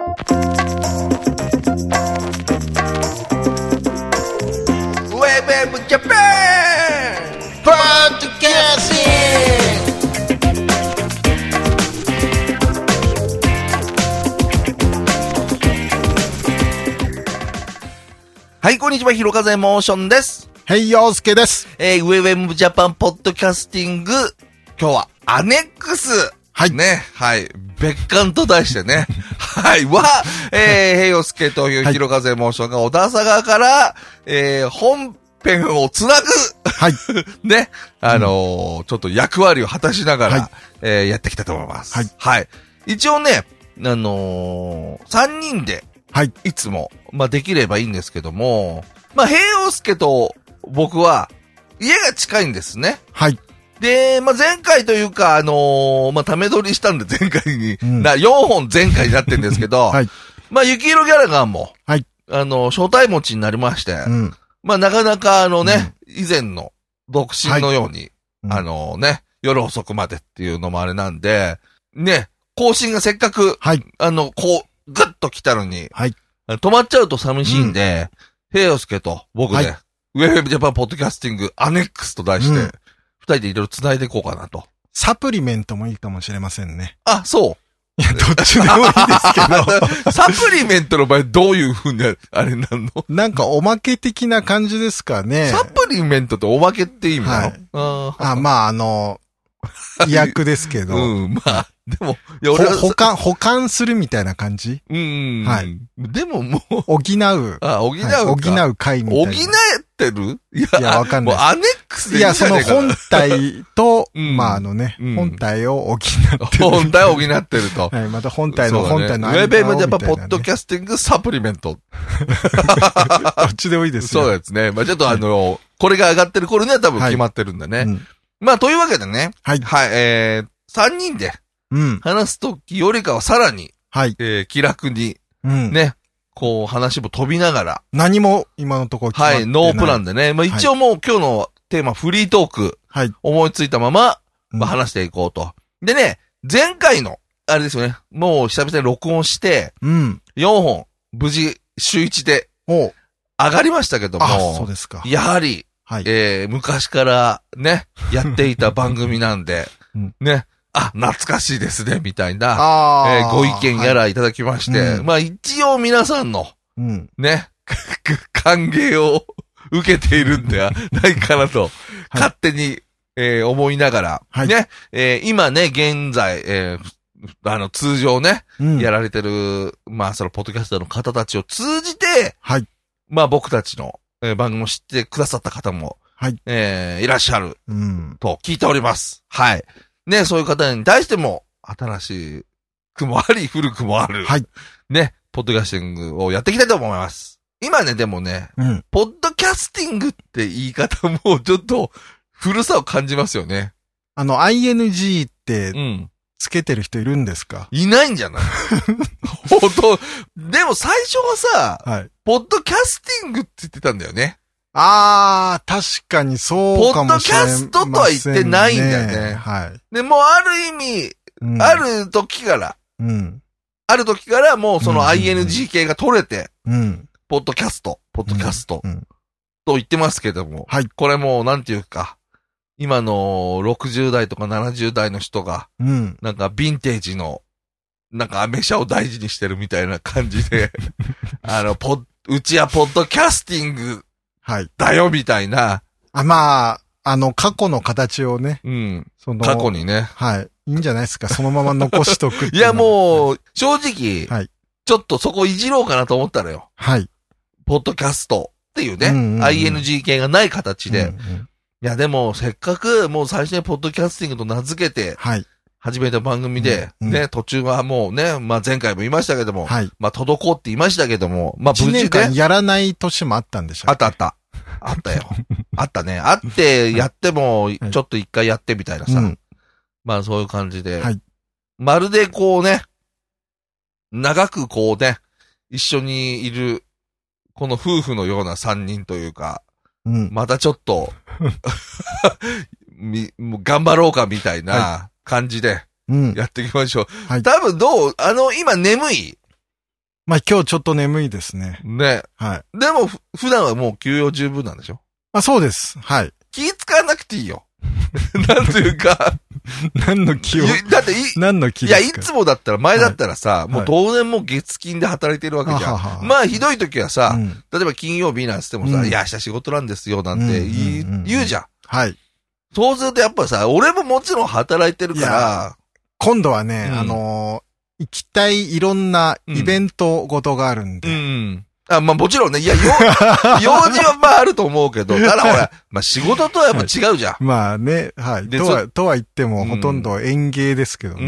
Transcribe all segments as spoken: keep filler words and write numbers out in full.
ジャパンポッドキャスティング。はい、こんにちは、ひろかぜモーションです。 はい、ようすけです。 えー、ウェブウェブジャパンポッドキャスティング。今日はアネックス。 はい。 ね、はい。別館と題してね。はい。は、えー、ヘイヨスケというひろかぜモーションが小田佐川から、えー、本ペンをつなぐはい。 ね。あのーうん、ちょっと役割を果たしながら、はい、えー、やっていきたいと思います。 はい。 はい。一応ね、あのー、三人で、はい。いつも、まあ、できればいいんですけども、まあ、平洋介と僕は、家が近いんですね。 はい。 で、まあ、前回というか、あのー、まあ、ため撮りしたんで前回に、うん、な、よんほん前回になってるんですけど、はい。まあ、雪色ギャラガーも、はい。あの、招待持ちになりまして、うん。まあ、なかなかあのね、うん、以前の独身のように、はい、あのね、夜遅くまでっていうのもあれなんで、ね、更新がせっかく、はい、あの、こう、ぐっと来たのに、はい、止まっちゃうと寂しいんで、平洋介と僕で、はい、ウェブジャパンポッドキャスティングアネックスと題して、うん、二人でいろいろ繋いでいこうかなと。 サプリメントもいいかもしれませんね。 あ、そう。 いや、どっちでもいいですけど。 サプリメントの場合どういう風にあれなの？ なんかおまけ的な感じですかね。 サプリメントっておまけって意味なの？はい、 ああ、まああの、医薬ですけど。 うん、まあ、でも、 いや俺は保管、保管するみたいな感じ？ うん。はい。でももう。 補う。 あ、補うか、はい。 補う回みたいな。 補ってる？いや、 いやわかんない。 もうアネックスでいいいや、その本体と、うん、まああのね、うん、本体を補ってる。 本体を補ってると。 はい、また本体の本体の間を、 ね。ウェブジャパンポッドキャスティングサプリメント。 どっちでもいいですよ。 そうですね。まあちょっとあの、はい、これが上がってる頃には多分決まってるんだね。はいうん、まあというわけでね。はい。はい、えー、三人で、うん。話すときよりかはさらに、はい。えー、気楽に、うん。ね。こう、話も飛びながら。 何も今のところ決まってない。 はい、ノープランでね。まあ一応もう今日のテーマフリートーク。はい。思いついたまま、まあ話していこうと。うん、でね、前回の、あれですよね。もう久々に録音して、うん。よんほん、無事、週いちで、上がりましたけども。 あ、そうですか。 やはり、はい。えー、昔からね、やっていた番組なんで、うん、ね。あ、懐かしいですね、みたいな、えー、ご意見やらいただきまして、はいうん、まあ一応皆さんの、うん、ね、歓迎を受けているんではないかなと、はい、勝手に、えー、思いながら、はい、ね、えー、今ね、現在、えー、あの、通常ね、うん、やられてる、まあその、ポッドキャスターの方たちを通じて、はい、まあ僕たちの、えー、番組を知ってくださった方も、はい、えー、いらっしゃる、うん、と聞いております。はい。ね、そういう方に対しても、新しくもあり、古くもある。はい。ね、ポッドキャスティングをやっていきたいと思います。今ね、でもね、うん、ポッドキャスティングって言い方もちょっと古さを感じますよね。 あの、アイエヌジー って、つけてる人いるんですか？ いないんじゃない？本当でも最初はさ、はい、ポッドキャスティングって言ってたんだよね。 ああ、確かにそうかもしれない、ね。 ポッドキャストとは言ってないんだよね。はい。で、もうある意味、うん、ある時から、うん、ある時からもうその アイエヌジー 系が取れて、うん、ポッドキャスト、ポッドキャスト、うん、と言ってますけども、はい。これもうなんていうか、今のろくじゅう代とかななじゅう代の人が、うん、なんかヴィンテージの、なんかアメ車を大事にしてるみたいな感じで、あの、ポッ、うちはポッドキャスティング、はい。だよ、みたいな。 あ、まあ、あの、過去の形をね。 うん。その。過去にね。 はい。いいんじゃないですか。そのまま残しとくっていや、もう、正直。はい。ちょっとそこいじろうかなと思ったのよ。はい。ポッドキャストっていうね。うんうんうん、アイエヌジー 系がない形で。うんうん、いや、でも、せっかく、もう最初にポッドキャスティングと名付けて。はい。始めた番組で、うんうん、ね、途中はもうね、まあ前回も言いましたけども。はい。まあ滞って言いましたけども。まあ無事で。いちねんかんやらない年もあったんでしょ？ あったあった。あったよ。あったね。あって、やっても、ちょっと一回やってみたいなさ。はいうん、まあそういう感じで。はい。まるでこうね、長くこうね、一緒にいる、この夫婦のような三人というか、うん、またちょっと、み、もう頑張ろうかみたいな感じで、やっていきましょう。はい、多分どうあの、今眠いまあ今日ちょっと眠いですね。 ね。 はい。 でも、普段はもう休養十分なんでしょ？ あ、そうです。はい。 気使わなくていいよ。なんていうか。 何の気を。 だってい、 何の気ですか？ いや、いつもだったら、前だったらさ、はい、もう当然もう月金で働いてるわけじゃん。はい、まあ、ひどい時はさ、うん、例えば金曜日なんつってもさ、うん、いや、明日仕事なんですよ、なんて言う、うん、言うじゃん。 はい。 そうするとやっぱさ、俺ももちろん働いてるから。 今度はね、うん、あのー、行きたいいろんなイベントごとがあるんで。 うん。うんあ、まあもちろんね、いや、用、用事はまああると思うけど、ただほら、まあ仕事とはやっぱ違うじゃん。はい、 まあね、はい。とは、とは言っても、ほとんど園芸ですけどね。うん。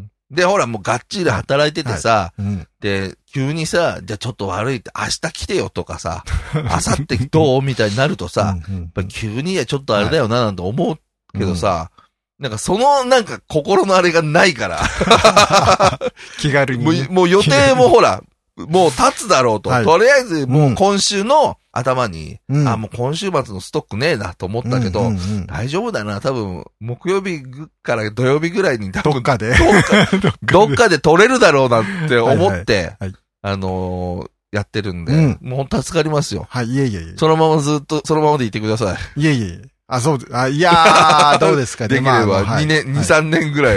で、ほら、もうがっちり働いててさ、はいはいうん、で、急にさ、じゃあちょっと悪いって、明日来てよとかさ、明後日どうみたいになるとさ、うんうん、やっぱ急にはちょっとあれだよな、なんて思うけどさ、はい、なんかその、なんか心のあれがないから。 気軽に、 ねも。もう予定もほら、もう立つだろうと。はい、とりあえず、もう今週の頭に、うん、あ、もう今週末のストックねえなと思ったけど、うんうんうん、大丈夫だな。多分、木曜日から土曜日ぐらいに多分、 どっかで、 どっかどっかで取れるだろうなって思って、はいはいはい、あのー、やってるんで、うん、もう本当助かりますよ。 はい、いえいえいえ。 そのままずっと、そのままでいてください。いえいえ。あ、そう、あ、いやー、どうですかね。 できれば、にねん、に、さんねんぐらい。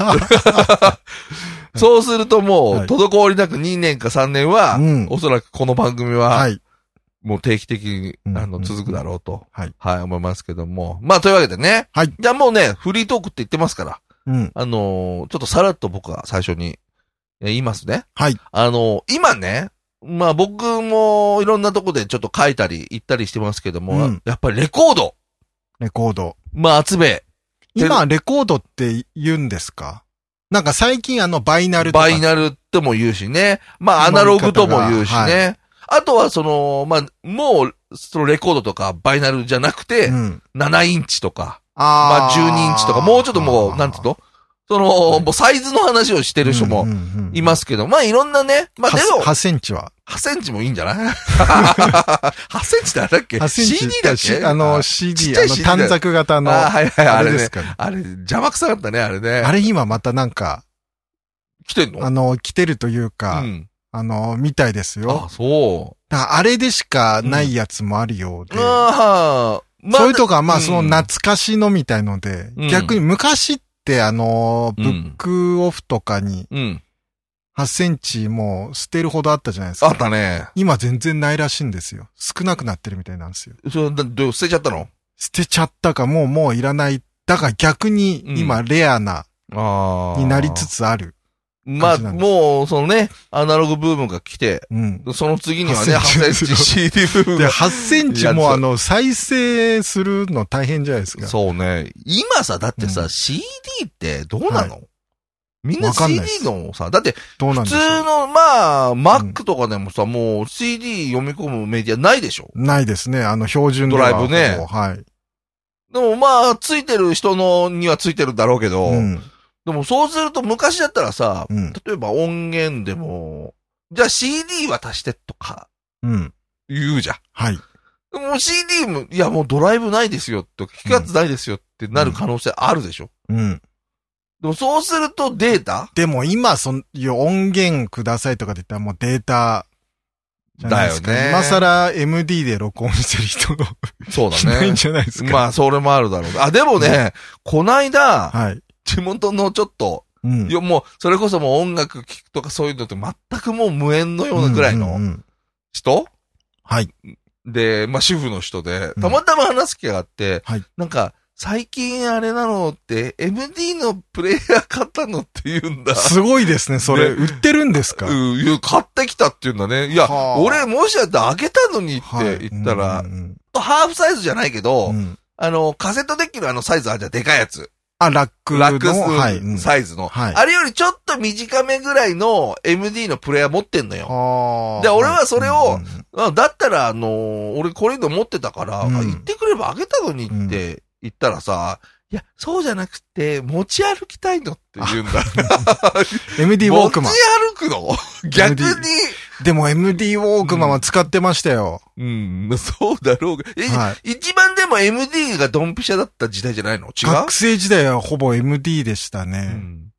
そうするともう、滞りなくにねんかさんねんは、おそらくこの番組は、もう定期的に、あの、続くだろうと、はい、はい、思いますけども。まあ、というわけでね。はい。じゃあもうね、フリートークって言ってますから、うん。あの、ちょっとさらっと僕は最初に言いますね。はい。あの、今ね、まあ僕もいろんなとこでちょっと書いたり行ったりしてますけども、うん、やっぱりレコード。 レコード。 まあ集め。 今、レコードって言うんですか？なんか最近あのバイナルとか。 バイナルとも言うしね。まあアナログとも言うしね。はい、あとはその、まあ、もう、そのレコードとかバイナルじゃなくて、うん、ななインチとか、あまあじゅうにインチとか、もうちょっともう、なんつうのその、はい、もうサイズの話をしてる人もいますけど、まあいろんなね、まあでも、 はちセンチははちセンチもいいんじゃない ?はち センチってあれだっけ ?はちセンチシーディー だっけあの シーディー、あの短冊型の。 あ、はいはい、あれですかね。あれ、邪魔くさかったね、あれね。 あれ今またなんか、 来てんのあの、来てるというか、うん、あの、みたいですよ。 あ、そう。 だあれでしかないやつもあるようで。うん、あまあ、そういうとこはまあ、その懐かしのみたいので、うん、逆に昔ってあの、ブックオフとかに、はちセンチもう捨てるほどあったじゃないですか。 あったね。 今全然ないらしいんですよ。少なくなってるみたいなんですよ。 それ、どう捨てちゃったの？ 捨てちゃったか、もうもういらない。だから逆に今レアな、になりつつある。 まあ、もう、そのね、アナログブームが来て、うん、その次にはね、はちセンチ シーディー ブームが。 で、はちセンチもあの、再生するの大変じゃないですか。 そうね。今さ、だってさ、うん、シーディー ってどうなの、はい、みんな シーディー のさ、だって、普通の、まあ、Mac とかでもさ、うん、もう シーディー 読み込むメディアないでしょ？ ないですね。あの、標準ドライブね。 はい。 でもまあ、ついてる人のにはついてるんだろうけど、うんでもそうすると昔だったらさ、うん、例えば音源でも、じゃあ シーディー は足してとか、うん。言うじゃん。はい。でも シーディー も、いやもうドライブないですよって、聞き方ないですよってなる可能性あるでしょ。うん。うん、でもそうするとデータでも今、その、音源くださいとかって言ったらもうデータ、 だよね。 今更 エムディー で録音してる人のそうだね。 ないんじゃないですか。 まあ、それもあるだろう。あ、でもね、うん、こないだ、はい。地元のちょっと、うん、いやもう、それこそもう音楽聴くとかそういうのって全くもう無縁のようなぐらいの人、うんうんうん、はい。で、まあ主婦の人で、たまたま話す気があって、うん、なんか、最近あれなのって、エムディー のプレイヤー買ったのって言うんだ。 すごいですね、それ。ね、売ってるんですか？ うん、いや、買ってきたって言うんだね。いや、俺もしやって開けたのにって言ったら、はいうんうん、ハーフサイズじゃないけど、うん、あの、カセットデッキのあのサイズあるじゃん、でかいやつ。 あ、ラックの。 ラックサイズの、はい。あれよりちょっと短めぐらいの エムディー のプレイヤー持ってんのよ。で、俺はそれを、うんうん、だったら、あのー、俺これの持ってたから、うん、言ってくればあげたのにって言ったらさ、いや、そうじゃなくて、持ち歩きたいのって言うんだ。 エムディー ウォークマン。 持ち歩くの逆に。 でも エムディー ウォークマンは使ってましたよ。 うん、うん、そうだろうが。え、はい、一番でも エムディー がドンピシャだった時代じゃないの？違う？ 学生時代はほぼ エムディー でしたね。うん、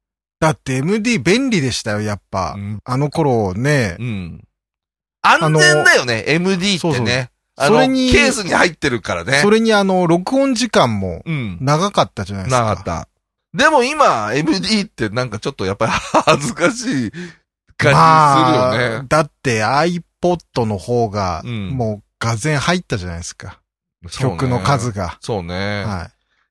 だって エムディー 便利でしたよ、やっぱ。うん、あの頃ね。 うん。安全だよね、エムディー ってね。そうそうあの、それに、ケースに入ってるからね。 それにあの、録音時間も、長かったじゃないですか。 長かった。でも今、エムディー ってなんかちょっとやっぱり恥ずかしい感じするよね。まあ、 だって iPod の方が、もう、がぜん入ったじゃないですか。うん、曲の数が。 そうね。はい。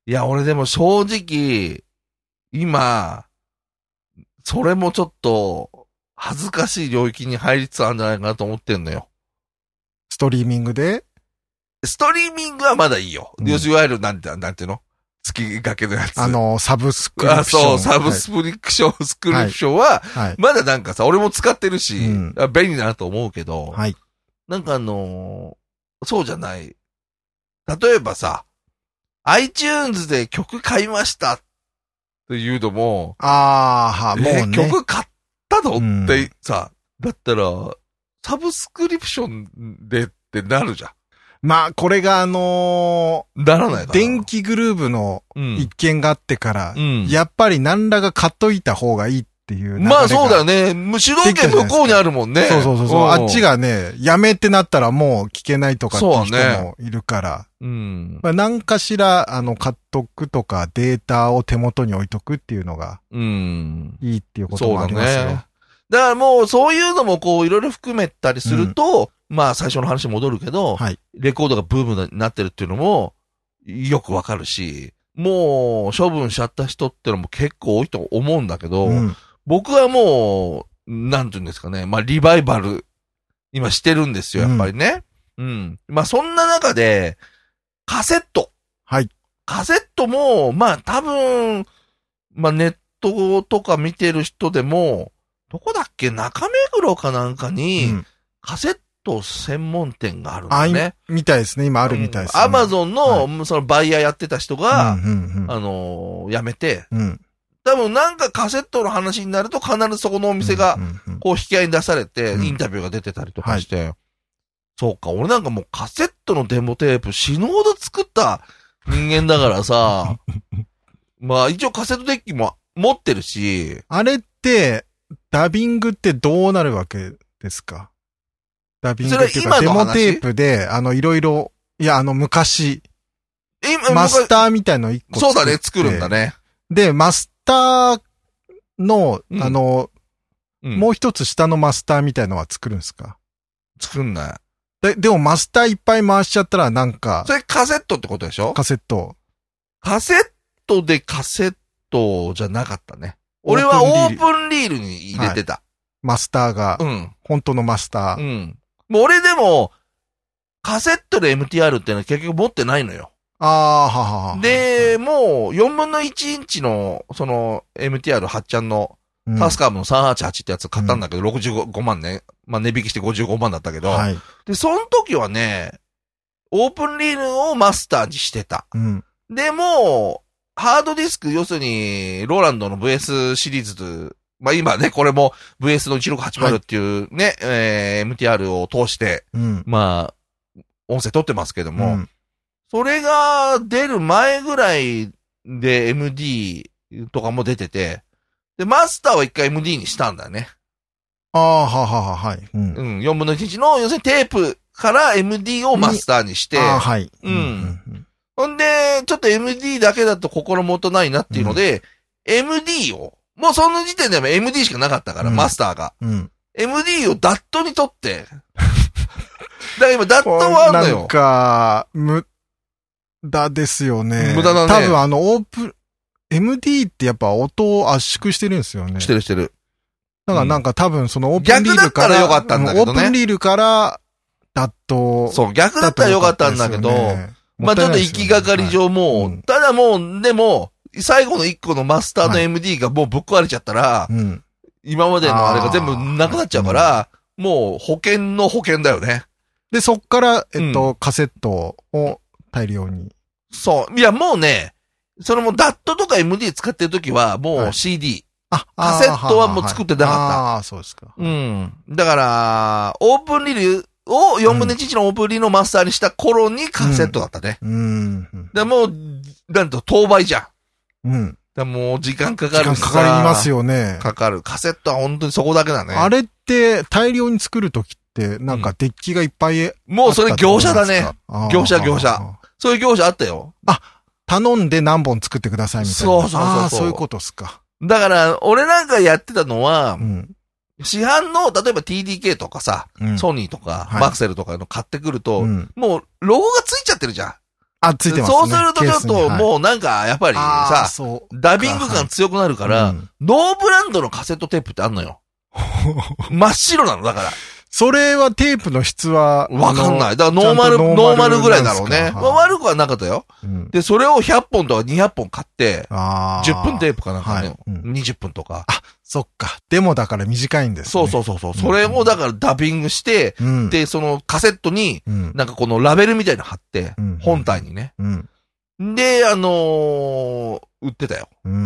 いや、俺でも正直、今、それもちょっと、恥ずかしい領域に入りつつあるんじゃないかなと思ってんのよ。 ストリーミングでストリーミングはまだいいよ。うん、いわゆるなんて、なんていうの月掛けのやつ。 あの、サブスクリプション。 あ、そう、サブスクリプション、はい、スクリプションは、はい、まだなんかさ、俺も使ってるし、うん、便利だなと思うけど、はい、なんかあのー、そうじゃない。例えばさ、iTunes で曲買いましたっていうのも、 ああ、は、もうね。 曲買ったのってさ、だったら、サブスクリプションでってなるじゃん。 まあ、これがあのー、ならないかな。 電気グルーヴの一件があってから、うん、やっぱり何らが買っといた方がいいっていう。 まあそうだよね。主導権向こうにあるもんね。 そうそうそうそう。あっちがね、やめってなったらもう聞けないとかっていう人もいるから。うね、うん。まあ何かしら、あの、買っとくとかデータを手元に置いとくっていうのが、うん。いいっていうこともありますよ。そうだね。 だからもうそういうのもこういろいろ含めたりすると、うん、まあ最初の話に戻るけど、はい、レコードがブームになってるっていうのもよくわかるし、もう処分しちゃった人ってのも結構多いと思うんだけど、うん、僕はもう、なんていうんですかね、まあリバイバル今してるんですよ、やっぱりね。うん。うん、まあそんな中で、カセット。はい。カセットも、まあ多分、まあネットとか見てる人でも、どこだっけ中目黒かなんかに、カセット専門店があるんだね。 あ、みたいですね。今あるみたいですね。 アマゾンの、そのバイヤーやってた人が、あの、辞めて、うん、多分なんかカセットの話になると必ずそこのお店が、こう引き合いに出されて、インタビューが出てたりとかして、うんはい、そうか、俺なんかもうカセットのデモテープ死ぬほど作った人間だからさ、まあ一応カセットデッキも持ってるし、 あれって、ダビングってどうなるわけですか？ダビングっていうか、デモテープで、あの、いろいろ、いや、あの、昔、マスターみたいの一個そうだね、作るんだね。 で、マスターの、うん、あの、うん、もう一つ下のマスターみたいのは作るんですか？ 作んない。 で、でもマスターいっぱい回しちゃったらなんか、 それカセットってことでしょ？ カセット。 カセットでカセットじゃなかったね。俺はオープンリールに入れてた。はい、 マスターが。うん。本当のマスター。 うん。もう俺でも、カセットで エムティーアール ってのは結局持ってないのよ。 ああ、ははは。 で、もう、よんぶんのいちインチの、その、エムティーアールはちちゃんの、タスカームのさんはちはちってやつ買ったんだけど、うん、ろくじゅうごまんね。まあ値引きしてごじゅうごまんだったけど。はい。で、その時はね、オープンリールをマスターにしてた。うん。でも、ハードディスク、要するに、ローランドの ブイエス シリーズ、まあ今ね、これも ブイエス のいちろくはちまるっていうね、はい、えー、エムティーアール を通して、うん、まあ、音声取ってますけども、うん、それが出る前ぐらいで エムディー とかも出てて、で、マスターは一回 エムディー にしたんだよね。 ああ、ははは、はい。 うん。うん、よんぶんのいちの、要するにテープから エムディー をマスターにして、ああ、はい。うん。うんうんほんで、ちょっと エムディー だけだと心もとないなっていうので、うん、エムディー を、もうその時点でも エムディー しかなかったから、うん、マスターが。うん、エムディー をダットに取って、だから今ダットはあるのよ。 なんか、無駄ですよね。 無駄だね。 多分あのオープン、エムディー ってやっぱ音を圧縮してるんですよね。 してるしてる。 だからなんか多分そのオープンリールから、 逆だったらよかったんだけどね。 オープンリールからダット。 そう、逆だったらよかったんだけど、まあちょっと行きがかり上もう、はいうん、ただもう、でも、最後の一個のマスターの エムディー がもうぶっ壊れちゃったら、はいうん、今までのあれが全部なくなっちゃうから、うん、もう保険の保険だよね。 で、そっから、えっと、うん、カセットを大量に。 そう。いや、もうね、それも ダット とか エムディー 使ってるときは、もう シーディー。はい、あ、カセットはもう作ってなかった。 ああ、そうですか。 うん。だから、オープンリール、をよんぶんのいちのオープンリーのマスターにした頃にカセットだったね。うん。うん、でもう、なんと、当倍じゃん。うん。 だもう時間かかるしさ。 時間かかりますよね。 かかる。カセットは本当にそこだけだね。 あれって大量に作るときって、なんかデッキがいっぱい、うん、 もうそれ業者だね。業者業者。そういう業者あったよ。 あ、頼んで何本作ってくださいみたいな。 そうそうそうそう。 ああ、そういうことっすか。 だから、俺なんかやってたのは、うん、市販の、例えば ティーディーケー とかさ、うん、ソニーとか、はい、マクセルとかの買ってくると、うん、もうロゴがついちゃってるじゃん。 あ、ついてますね。 そうするとちょっと、もうなんか、やっぱりさ、ダビング感強くなるから、はいうん、ノーブランドのカセットテープってあんのよ。真っ白なの、だから。 それはテープの質はわかんない。だからノーマル、ノーマルぐらいだろうね。まあ、悪くはなかったよ、うん。で、それをひゃっぽんとかにひゃっぽん買って、じゅっぷんテープかなんかね、はいうん、にじゅっぷんとか。 あ、そっか。でもだから短いんですね。 そうそうそうそう。それもだからダビングして、うん、で、そのカセットに、なんかこのラベルみたいなの貼って、うん、本体にね。うん、で、あのー、売ってたよ。うん。うん。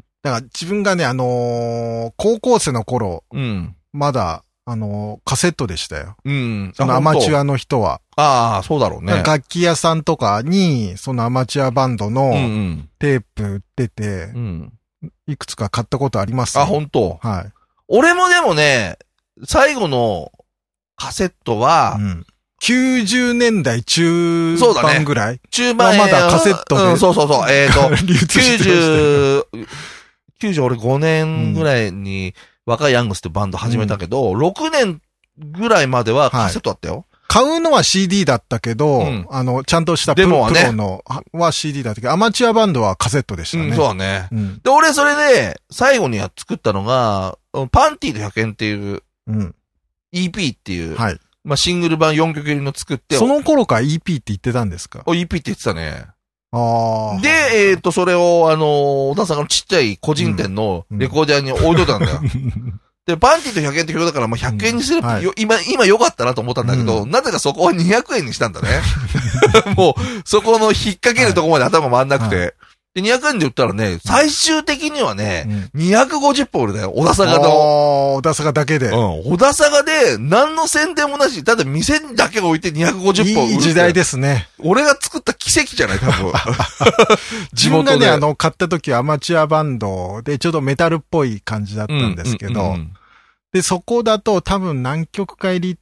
だから自分がね、あのー、高校生の頃、うん、まだ、あの、カセットでしたよ。うん。そのアマチュアの人は。 ああ、そうだろうね。 楽器屋さんとかに、そのアマチュアバンドのテープ売ってて、うん、いくつか買ったことあります、 ね、あ、本当。 はい。 俺もでもね、最後のカセットは、うん、 きゅうじゅうねんだい中盤ぐらい、ね、 中盤まだカセットで。 うん、そうそうそう。えっ、ー、と、きゅうじゅう、きゅうじゅう俺ごねんぐらいに、うん若いヤングスってバンド始めたけど、うん、ろくねんぐらいまではカセットあったよ。はい、 買うのは シーディー だったけど、うん、あの、ちゃんとしたプロの、ね、は シーディー だったけど、アマチュアバンドはカセットでしたね。 うん、そうだね、うん。で、俺それで、最後に作ったのが、パンティーとひゃくえんっていう、うん、イーピー っていう、はい、まあ、シングル版よんきょく入りの作って。 その頃から イーピー って言ってたんですか？ お、イーピー って言ってたね。 あで、えっ、ー、と、それを、あのー、小田さんのちっちゃい個人店のレコーディアに置いといたんだよ。うんで、パンティとひゃくえんって曲だから、まあ、ひゃくえんにすれば、うんはい、今、今良かったなと思ったんだけど、うん、なぜかそこはにひゃくえんにしたんだね。もう、そこの引っ掛けるとこまで頭回んなくて。はいはい、で、にひゃくえんで売ったらね、最終的にはね、うん、にひゃくごじゅっぽん売るだよ、小田坂の。 小田坂だけで。 うん。小田坂で、何の宣伝もなし、ただ店にだけ置いてにひゃくごじゅっぽん売る。 いい時代ですね。 俺が作った奇跡じゃない、多分。 自分がね、あの、買った時はアマチュアバンドで、ちょっとメタルっぽい感じだったんですけど、うんうんうん、で、そこだと多分何曲か入りって、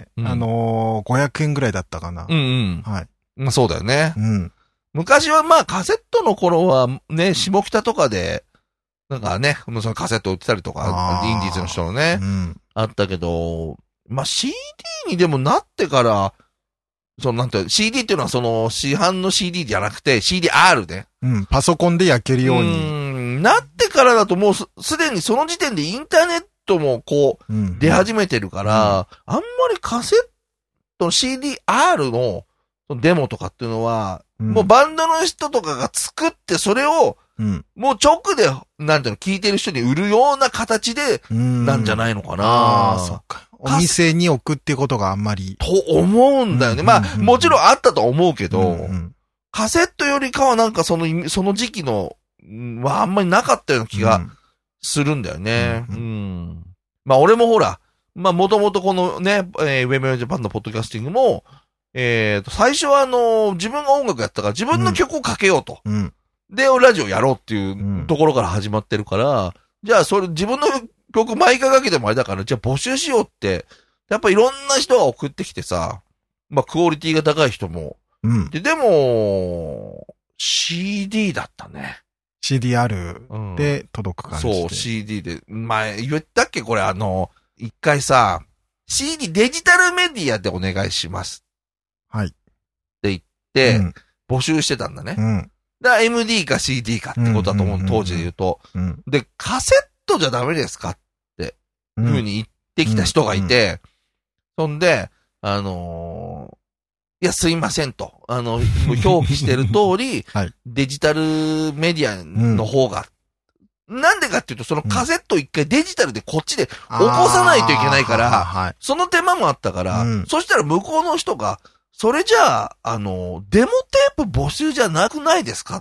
うん、あのー、ごひゃくえんぐらいだったかな。 うんうん。はい。まあそうだよね。うん。昔はまあカセットの頃はね、下北とかで、なんかね、そのカセット売ってたりとか、インディーズの人のね、うん、あったけど、まあ シーディー にでもなってから、そのなんて、シーディー っていうのはその市販の シーディー じゃなくて シーディーアール ね。 うん、パソコンで焼けるように。 うん、なってからだともうす、すでにその時点でインターネットもこう、出始めてるから、うん、あんまりカセットの シーディーアール のデモとかっていうのは、うん、もうバンドの人とかが作ってそれを、うん、もう直で、なんていうの、聞いてる人に売るような形で、なんじゃないのかな。ああ、そっか。お店に置くっていうことがあんまり。 と思うんだよね。まあ、もちろんあったと思うけど、うんうん、カセットよりかはなんかその、その時期の、はあんまりなかったような気がするんだよね。うん。うん、まあ、俺もほら、まあ、もともとこのね、えー、ウェブジャパンのポッドキャスティングも、えっと、最初はあの、自分が音楽やったから自分の曲をかけようと。うん、で、ラジオやろうっていうところから始まってるから、うん、じゃあそれ自分の曲毎回かけてもあれだから、じゃあ募集しようって、やっぱいろんな人が送ってきてさ、まあクオリティが高い人も。うん、で、でも、シーディー だったね。 シーディーアール で届く感じで、 うん。そう、シーディー で。前、言ったっけこれあの、一回さ、シーディー デジタルメディアでお願いします。 はい。って言って、うん、募集してたんだね。うん。だから エムディー か シーディー かってことだと思う、当時で言うと、うん。で、カセットじゃダメですかって、いうふうに言ってきた人がいて、うんうん、そんで、あのー、いや、すいませんと。あの、表記してる通り、はい、デジタルメディアの方が、うん、なんでかっていうと、そのカセット一回デジタルでこっちで起こさないといけないから、はい、その手間もあったから、うん、そしたら向こうの人が、それじゃあ、あの、デモテープ募集じゃなくないですか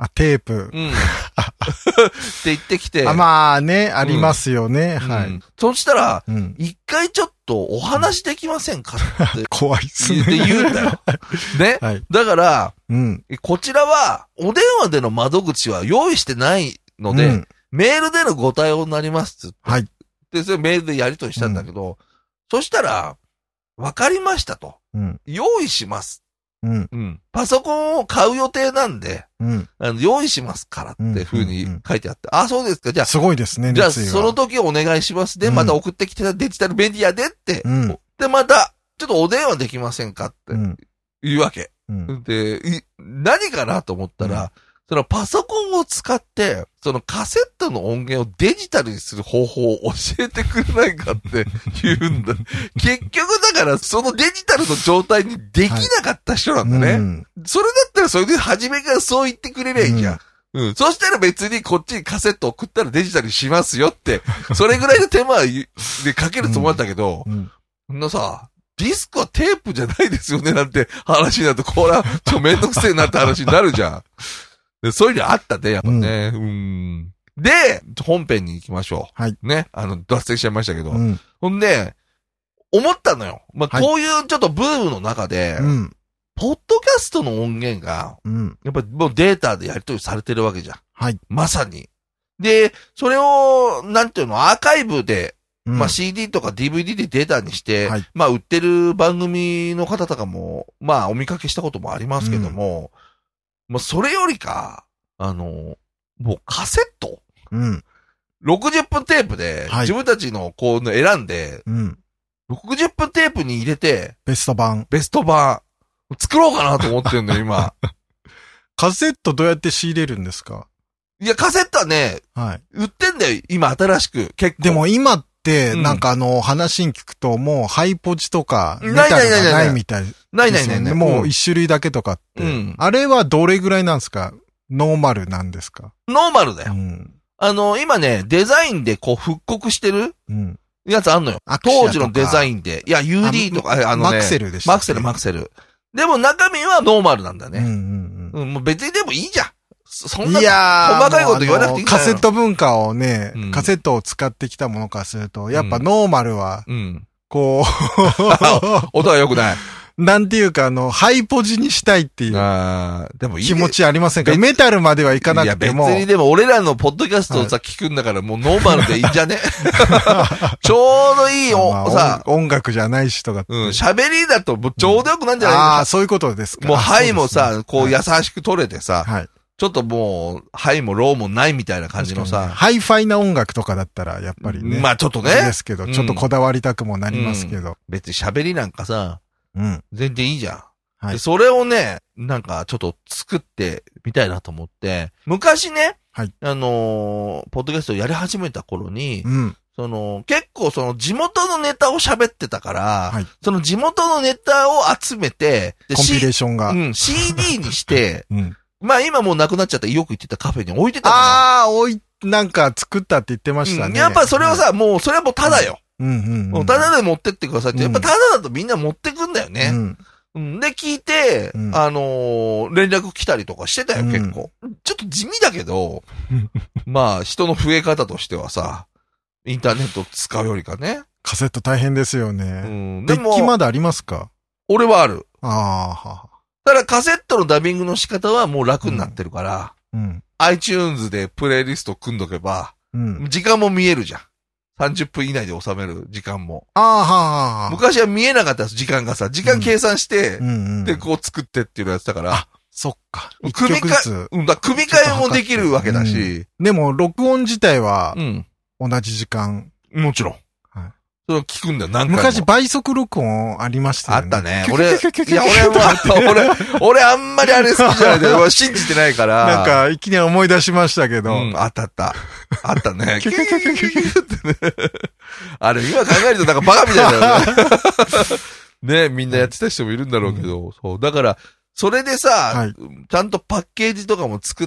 あ、テープ。 うん。って言ってきて。 あ、まあね、ありますよね。うん、はい、うん。 そしたら、一、うん、回ちょっとお話できませんかって。 怖いっすね。 って言うんだよ。ね、はい。だから、うん、こちらは、お電話での窓口は用意してないので、うん、メールでのご対応になりますって。 はい。 で、それメールでやり取りしたんだけど、うん、そしたら、わかりましたと。うん、用意します。うん。うん。パソコンを買う予定なんで、うん。あの、用意しますからって風に書いてあって。うんうんうん、あ、そうですか。じゃあ。 すごいですね、 じゃあ、その時お願いします。で、また送ってきてたデジタルメディアでって。うん。で、また、ちょっとお電話できませんかって。言うわけ。うん。で、何かなと思ったら、うん、そのパソコンを使って、そのカセットの音源をデジタルにする方法を教えてくれないかって言うんだ。結局だからそのデジタルの状態にできなかった人なんだね。はい、うん、それだったらそれで初めからそう言ってくれりゃいいじゃん。うん。うん。そしたら別にこっちにカセット送ったらデジタルにしますよって、それぐらいの手間でかけるつもりだったけど、うんうん、そんなさ、ディスクはテープじゃないですよねなんて話になると、これはちょめんどくせえなって話になるじゃん。でそういうのあったね、やっぱね。うん。うんで、本編に行きましょう。はい。ね。あの、脱線しちゃいましたけど。うん、ほんで、思ったのよ。まあ、はい、こういうちょっとブームの中で、うん、ポッドキャストの音源が、うん、やっぱりもうデータでやり取りされてるわけじゃん。はい。まさに。で、それを、なんていうの、アーカイブで、うん、まあ シーディー とか ディーブイディー でデータにして、はい、まあ売ってる番組の方とかも、まあお見かけしたこともありますけども、うんまあ、それよりか、あの、もうカセットうん。ろくじゅっぷんテープで、自分たちのこう選んで、うん。ろくじゅっぷんテープに入れて、 ベスト版。 ベスト版。作ろうかなと思ってるんだよ、今。 カセットどうやって仕入れるんですか？ いや、カセットはね、はい。売ってんだよ、今新しく。結構。 でも今って、なんかあの、話に聞くと、もうハイポジとか、メタルがないみたい。 ないないないない。 もう一種類だけとかって。うん。あれはどれぐらいなんですか？ノーマルなんですか？ ノーマルだよ。うん。あの、今ね、デザインでこう復刻してるうん。やつあんのよ。当時のデザインで。いや、ユーディー とか、あのね。 マクセルでした、 ね。マクセル、マクセル。でも中身はノーマルなんだね。うんうんうん。うん、もう別にでもいいじゃん。そんな細かいこと言わなくていいんだよ。 カセット文化をね、うん、カセットを使ってきたものからすると、やっぱノーマルは、うん、こう、 音が良くない。 なんていうか、あの、ハイポジにしたいっていう。あでもいい気持ちありませんか？メタルまではいかなくても。 いや別にでも俺らのポッドキャストをさ、聞くんだからもうノーマルでいいんじゃねちょうどいいお、 まあ、さ音。音楽じゃない人が。 うん、喋りだともうちょうどよくなんじゃないですか、うん、 ああ、そういうことですか。 もうハイもさ、ね、こう優しく取れてさ、はい、ちょっともう、ハイもローもないみたいな感じのさ。 ハイファイな音楽とかだったら、やっぱりね。 まあちょっとね。 ですけど、ちょっとこだわりたくもなりますけど。うん、 別に喋りなんかさ、うん。全然いいじゃん。はい。で、それをね、なんかちょっと作ってみたいなと思って、昔ね、はい。あのー、ポッドキャストをやり始めた頃に、うん。その、結構その地元のネタを喋ってたから、はい。その地元のネタを集めて、 でコンピレーションが。 うん、シーディー にして、うん。まあ今もうなくなっちゃったよく言ってたカフェに置いてたの。 ああ、置い、なんか作ったって言ってましたね。 うん、やっぱそれはさ、はい、もうそれはもうただよ。うんうんうん、もうただで持ってってくださいって。やっぱただだとみんな持ってくんだよね。うんうん、で、聞いて、うん、あのー、連絡来たりとかしてたよ、結構。うん、ちょっと地味だけど、まあ、人の増え方としてはさ、インターネット使うよりかね。 カセット大変ですよね。うん、でも、デッキまだありますか？ 俺はある。 ああ、はただカセットのダビングの仕方はもう楽になってるから、うんうん、iTunes でプレイリスト組んどけば、うん、時間も見えるじゃん。さんじゅっぷん以内で収める時間も。 ああ、はあ、 昔は見えなかったです、時間がさ。時間計算して、うん、で、こう作ってっていうのやってたから。あ、 そっか。 組み替え、うん、だ組み替えもできるわけだし。 うん、でも、録音自体は、同じ時間。 もちろん。はい。それを聞くんだよ、何回も。 昔倍速録音ありましたよね。 あったね。俺、いや、俺は、俺、俺あんまりあれ好きじゃないで、俺信じてないから。 なんか、いきなり思い出しましたけど。 うん、あったあった。あったね。キュキュキュキュキュキュってね。あれ、今考えるとなんかバカみたいだよね。ね、みんなやってた人もいるんだろうけど、うん、そう。だから、それでさ、はい、ちゃんとパッケージとかも作って、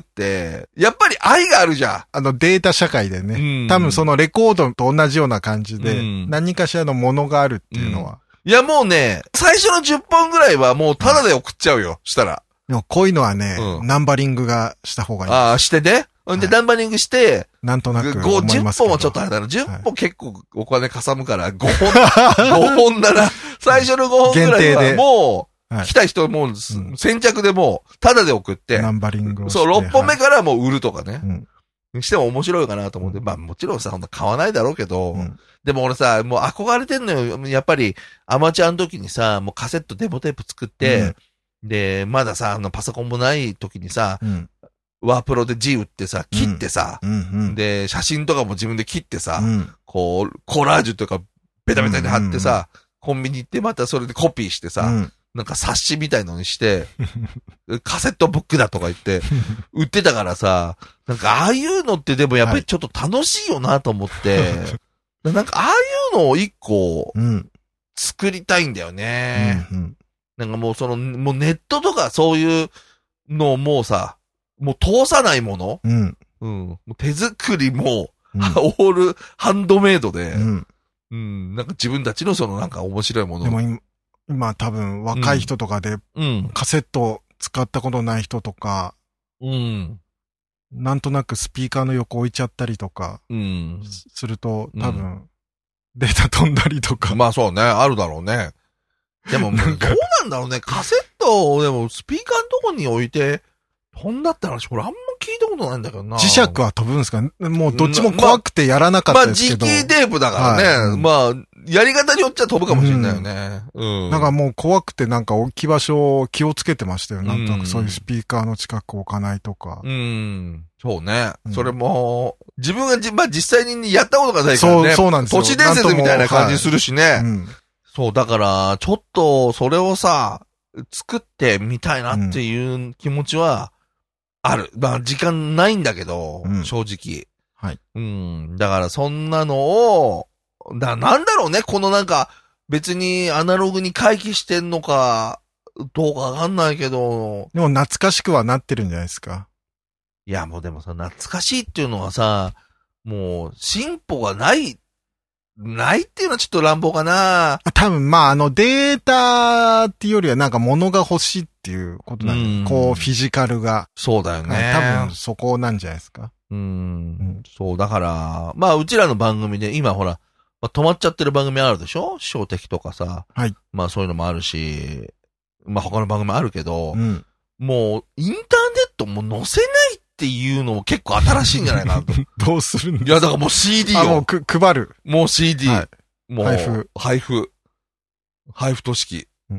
やっぱり愛があるじゃん。 あのデータ社会でね。うん、多分そのレコードと同じような感じで、うん、何かしらのものがあるっていうのは。 うん、いやもうね、最初のじゅっぽんぐらいはもうタダで送っちゃうよ、したら。 でもこういうのはね、うん、ナンバリングがした方がいい。 ああ、してね。で、はい、ナンバリングして、 なんとなく思いますけど。じゅっぽんはちょっとあれだな。じゅっぽん結構お金かさむから、ごほん、ごほんなら、最初のごほんぐらいはもう、来た人もう、先着でもう、タダで送って。 ナンバリングをして。 そう、ろっぽんめからもう売るとかね。うん、しても面白いかなと思って。まあもちろんさ、ほんと買わないだろうけど、うん、でも俺さ、もう憧れてんのよ。やっぱり、アマチュアの時にさ、もうカセットデモテープ作って、うん、で、まださ、あの、パソコンもない時にさ、うん、ワープロで字打ってさ、切ってさ、うんうんうん、で、写真とかも自分で切ってさ、うん、こう、コラージュとかベタベタに貼ってさ、うんうんうん、コンビニ行ってまたそれでコピーしてさ、うん、なんか冊子みたいのにして、カセットブックだとか言って、売ってたからさ、なんかああいうのってでもやっぱりちょっと楽しいよなと思って、はい、なんかああいうのを一個、作りたいんだよね、うんうん。なんかもうその、もうネットとかそういうのをもうさ、もう通さないもの、うんうん、もう手作りも、うん、オールハンドメイドで、うんうん、なんか自分たちのそのなんか面白いもの。 でも今、今多分若い人とかで、うん、カセット使ったことない人とか、うん、なんとなくスピーカーの横置いちゃったりとか、うん、すると多分、うん、データ飛んだりとか。 まあそうね、あるだろうね。でも、どうなんだろうね、カセットをでもスピーカーのとこに置いて、飛んだって話、これあんま聞いたことないんだけどな。 磁石は飛ぶんですか？もうどっちも怖くてやらなかったですけど。 まあ、まあ、磁気テープだからね。はいうん、まあ、やり方によっちゃ飛ぶかもしれないよね。うん。 うん、なんかもう怖くてなんか置き場所を気をつけてましたよ。なんとなくそういうスピーカーの近く置かないとか。 うん。そうね。うん、それも、自分がじ、まあ実際にやったことがないからね。そう、そうなんですよ。都市伝説みたいな感じするしね。はいうん、そう、だから、ちょっと、それをさ、作ってみたいなっていう気持ちは、ある。まあ、時間ないんだけど、うん、正直。はい。うん。だから、そんなのを、だ、なんだろうね、このなんか、別にアナログに回帰してんのか、どうかわかんないけど。 でも、懐かしくはなってるんじゃないですか。 いや、もうでもさ、懐かしいっていうのはさ、もう、進歩がない、ないっていうのはちょっと乱暴かな。 多分、まあ、あの、データっていうよりはなんか物が欲しいっていうことなんで、うん、こう、フィジカルが。 そうだよね。 多分、そこなんじゃないですか。 うん。うん、そう、だから、まあ、うちらの番組で、今ほら、まあ、止まっちゃってる番組あるでしょ？小的とかさ。はい。まあ、そういうのもあるし、まあ、他の番組あるけど、うん、もう、インターネットも載せないっていうのも結構新しいんじゃないかなと。 どうするんですか？ いや、だからもう シーディー を。あ、 もうく、配る。 もう シーディー。はい、もう、 配布。 配布。配布都市。うん、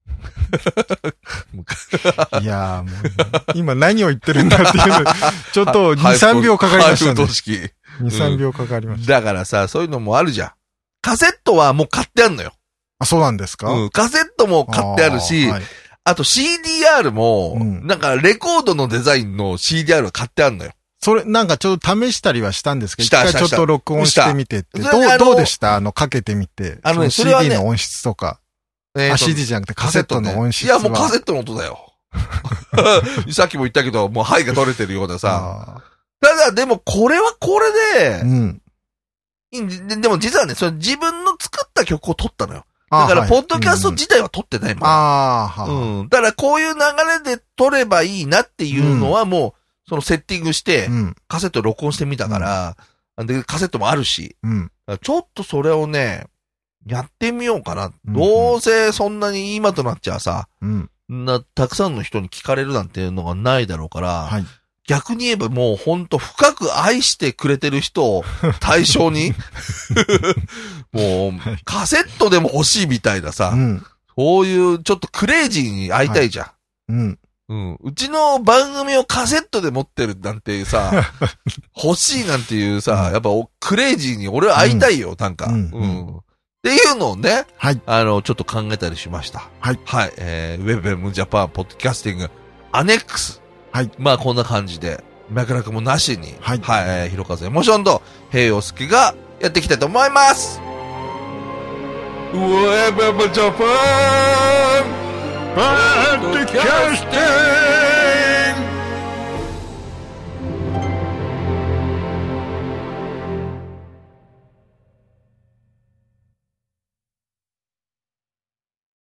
いやーもう、今何を言ってるんだっていうの、ちょっとに、さんびょうかかりましたね。 配布都市。 に、さんびょうかかりました、 うん。だからさ、そういうのもあるじゃん。カセットはもう買ってあるのよ。 あ、そうなんですか？ うん。カセットも買ってあるし、あ,、はい、あと シーディーアール も、うん、なんかレコードのデザインの シーディーアール 買ってあるのよ。 それ、なんかちょっと試したりはしたんですけど、一回ちょっと録音してみてって。どう、どうでしたあの、かけてみて。あのね、その シーディー の音質とか。えー、あ、シーディー じゃなくてカセットの音質は。 いや、もうカセットの音だよ。さっきも言ったけど、もう肺が取れてるようなさ。ただ、でもこれはこれで、うん。で, でも実はね、それ自分の作った曲を撮ったのよ。だから、ポッドキャスト自体は撮ってないもん。ああ、うん。だから、こういう流れで撮ればいいなっていうのはもう、そのセッティングして、カセット録音してみたから、うん、で、カセットもあるし、うん、ちょっとそれをね、やってみようかな。うん、どうせそんなに今となっちゃさ、うん、な、たくさんの人に聞かれるなんていうのがないだろうから、はい、逆に言えばもうほんと深く愛してくれてる人を対象に、もうカセットでも欲しいみたいなさ、うん、そういうちょっとクレイジーに会いたいじゃん。はい、うんうん。うちの番組をカセットで持ってるなんてさ、欲しいなんていうさ、やっぱクレイジーに俺は会いたいよ、うん、なんか、うん。うん。っていうのをね、はい。あの、ちょっと考えたりしました。はい。はい。えー、ウェブエムジャパンポッドキャスティングアネックス。はい。まあこんな感じで、脈絡もなしに、はい。はい。えー、ひろかずエモーションと平洋介がやっていきたいと思います。ウェブエムジャパンポッドキャスティング